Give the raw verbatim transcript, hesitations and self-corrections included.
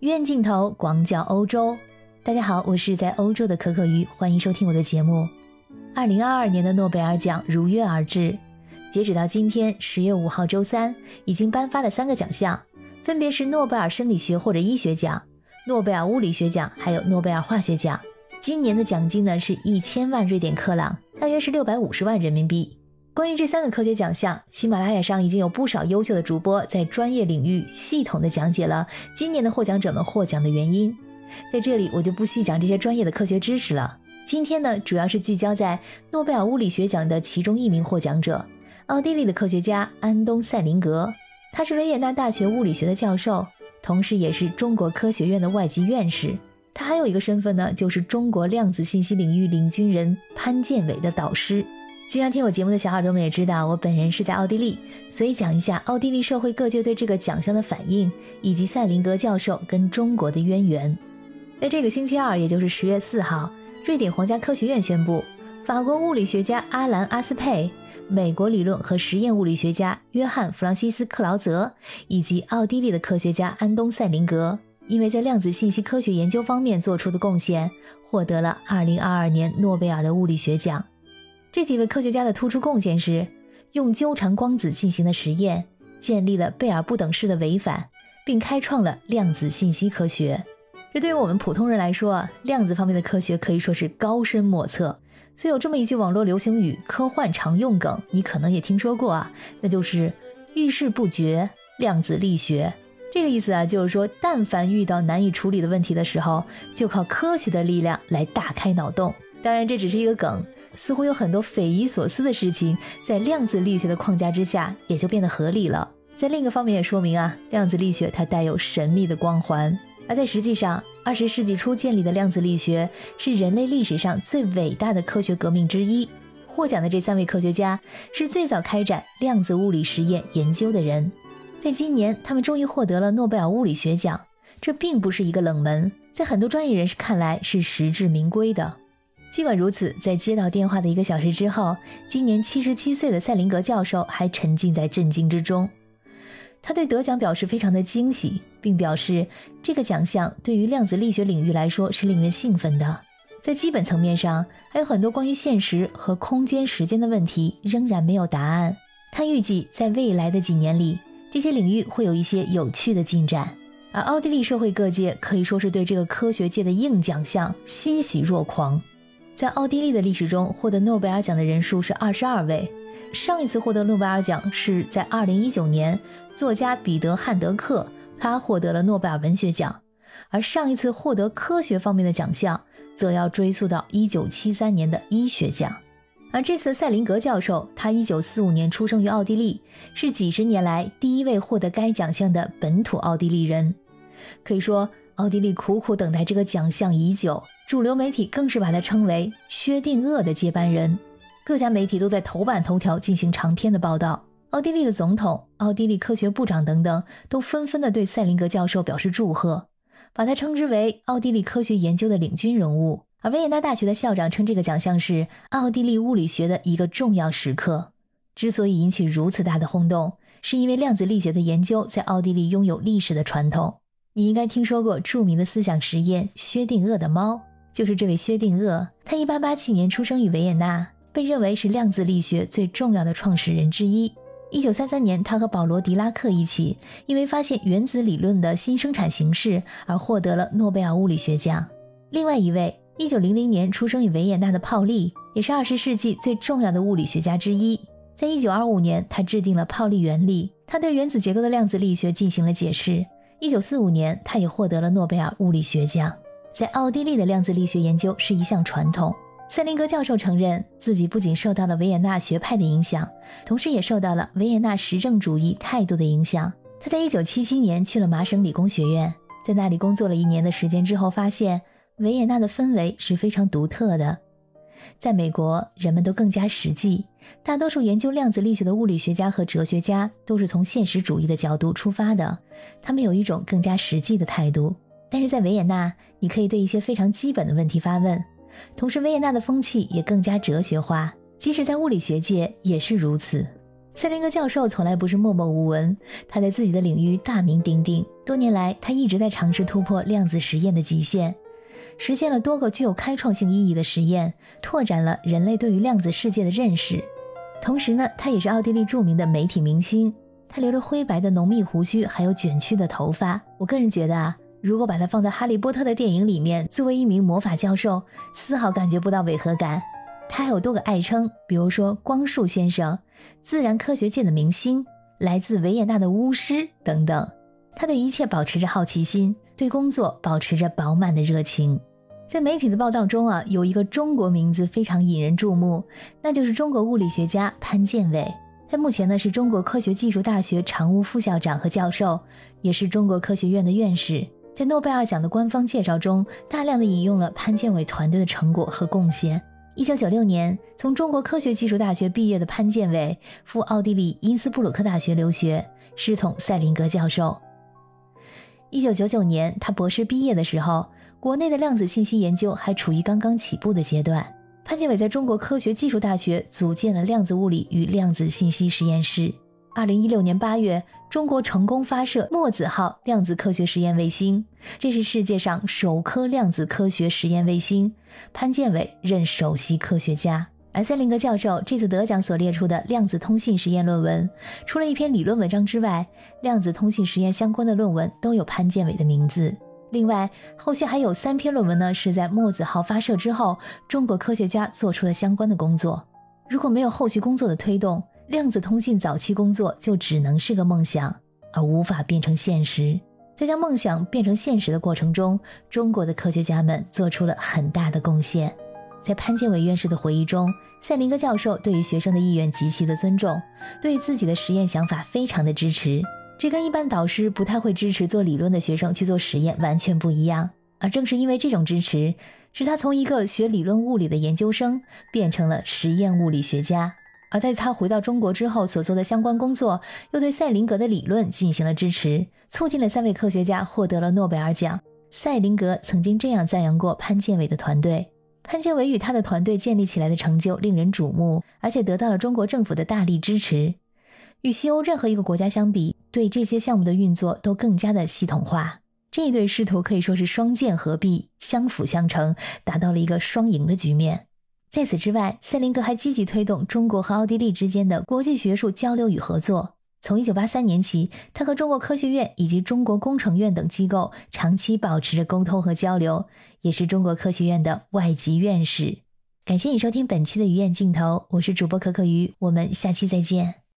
远镜头广角欧洲。大家好，我是在欧洲的可可鱼，欢迎收听我的节目。二零二二年的诺贝尔奖如约而至，截止到今天十月五号周三，已经颁发了三个奖项，分别是诺贝尔生理学或者医学奖、诺贝尔物理学奖还有诺贝尔化学奖。今年的奖金呢是一千万瑞典克朗，大约是六百五十万人民币。关于这三个科学奖项，喜马拉雅上已经有不少优秀的主播在专业领域系统地讲解了今年的获奖者们获奖的原因，在这里我就不细讲这些专业的科学知识了。今天呢，主要是聚焦在诺贝尔物理学奖的其中一名获奖者，奥地利的科学家安东·塞林格。他是维也纳大学物理学的教授，同时也是中国科学院的外籍院士。他还有一个身份呢，就是中国量子信息领域领军人潘建伟的导师。经常听我节目的小耳朵们也知道，我本人是在奥地利，所以讲一下奥地利社会各界对这个奖项的反应，以及塞林格教授跟中国的渊源。在这个星期二，也就是十月四号，瑞典皇家科学院宣布，法国物理学家阿兰·阿斯佩、美国理论和实验物理学家约翰·弗朗西斯·克劳泽以及奥地利的科学家安东·塞林格，因为在量子信息科学研究方面做出的贡献，获得了二零二二年诺贝尔的物理学奖。这几位科学家的突出贡献是用纠缠光子进行的实验，建立了贝尔不等式的违反，并开创了量子信息科学。这对于我们普通人来说啊，量子方面的科学可以说是高深莫测。所以有这么一句网络流行语，科幻常用梗，你可能也听说过啊，那就是遇事不决，量子力学。这个意思啊，就是说但凡遇到难以处理的问题的时候，就靠科学的力量来大开脑洞。当然这只是一个梗，似乎有很多匪夷所思的事情在量子力学的框架之下也就变得合理了。在另一个方面也说明啊，量子力学它带有神秘的光环。而在实际上，二十世纪初建立的量子力学是人类历史上最伟大的科学革命之一。获奖的这三位科学家是最早开展量子物理实验研究的人。在今年，他们终于获得了诺贝尔物理学奖，这并不是一个冷门，在很多专业人士看来是实至名归的。尽管如此，在接到电话的一个小时之后，今年七十七岁的塞林格教授还沉浸在震惊之中。他对得奖表示非常的惊喜，并表示这个奖项对于量子力学领域来说是令人兴奋的。在基本层面上，还有很多关于现实和空间时间的问题仍然没有答案。他预计在未来的几年里，这些领域会有一些有趣的进展。而奥地利社会各界可以说是对这个科学界的硬奖项欣喜若狂。在奥地利的历史中，获得诺贝尔奖的人数是二十二位。上一次获得诺贝尔奖是在二零一九年，作家彼得·汉德克，他获得了诺贝尔文学奖。而上一次获得科学方面的奖项，则要追溯到一九七三年的医学奖。而这次塞林格教授，他一九四五年出生于奥地利，是几十年来第一位获得该奖项的本土奥地利人。可以说，奥地利苦苦等待这个奖项已久，主流媒体更是把他称为薛定谔的接班人。各家媒体都在头版头条进行长篇的报道，奥地利的总统、奥地利科学部长等等都纷纷地对塞林格教授表示祝贺，把他称之为奥地利科学研究的领军人物。而维也纳大学的校长称这个奖项是奥地利物理学的一个重要时刻。之所以引起如此大的轰动，是因为量子力学的研究在奥地利拥有历史的传统。你应该听说过著名的思想实验薛定谔的猫，就是这位薛定谔。他一八八七年出生于维也纳，被认为是量子力学最重要的创始人之一。一九三三年，他和保罗·狄拉克一起，因为发现原子理论的新生产形式而获得了诺贝尔物理学奖。另外一位，一九零零年出生于维也纳的泡利，也是二十世纪最重要的物理学家之一。在一九二五年，他制定了泡利原理，他对原子结构的量子力学进行了解释。一九四五年，他也获得了诺贝尔物理学奖。在奥地利的量子力学研究是一项传统。塞林格教授承认自己不仅受到了维也纳学派的影响，同时也受到了维也纳实证主义态度的影响。他在一九七七年去了麻省理工学院，在那里工作了一年的时间之后，发现维也纳的氛围是非常独特的。在美国，人们都更加实际，大多数研究量子力学的物理学家和哲学家都是从现实主义的角度出发的，他们有一种更加实际的态度。但是在维也纳，你可以对一些非常基本的问题发问，同时维也纳的风气也更加哲学化，即使在物理学界也是如此。 塞林格教授从来不是默默无闻，他在自己的领域大名鼎鼎，多年来他一直在尝试突破量子实验的极限，实现了多个具有开创性意义的实验，拓展了人类对于量子世界的认识。同时呢，他也是奥地利著名的媒体明星，他留着灰白的浓密胡须，还有卷曲的头发。我个人觉得啊，如果把他放在哈利波特的电影里面，作为一名魔法教授，丝毫感觉不到违和感。他还有多个爱称，比如说光束先生、自然科学界的明星、来自维也纳的巫师等等。他对一切保持着好奇心，对工作保持着饱满的热情。在媒体的报道中啊，有一个中国名字非常引人注目，那就是中国物理学家潘建伟。他目前呢是中国科学技术大学常务副校长和教授，也是中国科学院的院士。在诺贝尔奖的官方介绍中，大量的引用了潘建伟团队的成果和贡献。一九九六年，从中国科学技术大学毕业的潘建伟赴奥地利因斯布鲁克大学留学，师从塞林格教授。一九九九年，他博士毕业的时候，国内的量子信息研究还处于刚刚起步的阶段。潘建伟在中国科学技术大学组建了量子物理与量子信息实验室。二零一六年八月，中国成功发射墨子号量子科学实验卫星，这是世界上首颗量子科学实验卫星，潘建伟任首席科学家。而塞林格教授这次得奖所列出的量子通信实验论文，除了一篇理论文章之外，量子通信实验相关的论文都有潘建伟的名字。另外，后续还有三篇论文呢，是在墨子号发射之后，中国科学家做出的相关的工作。如果没有后续工作的推动，量子通信早期工作就只能是个梦想，而无法变成现实。在将梦想变成现实的过程中，中国的科学家们做出了很大的贡献。在潘建伟院士的回忆中，塞林格教授对于学生的意愿极其的尊重，对自己的实验想法非常的支持。这跟一般导师不太会支持做理论的学生去做实验完全不一样。而正是因为这种支持，使他从一个学理论物理的研究生变成了实验物理学家。而在他回到中国之后所做的相关工作，又对塞林格的理论进行了支持，促进了三位科学家获得了诺贝尔奖。塞林格曾经这样赞扬过潘建伟的团队：潘建伟与他的团队建立起来的成就令人瞩目，而且得到了中国政府的大力支持。与西欧任何一个国家相比，对这些项目的运作都更加的系统化。这一对师徒可以说是双剑合璧，相辅相成，达到了一个双赢的局面。在此之外，塞林格还积极推动中国和奥地利之间的国际学术交流与合作。从一九八三年起，他和中国科学院以及中国工程院等机构长期保持着沟通和交流，也是中国科学院的外籍院士。感谢你收听本期的鱼眼镜头，我是主播可可鱼，我们下期再见。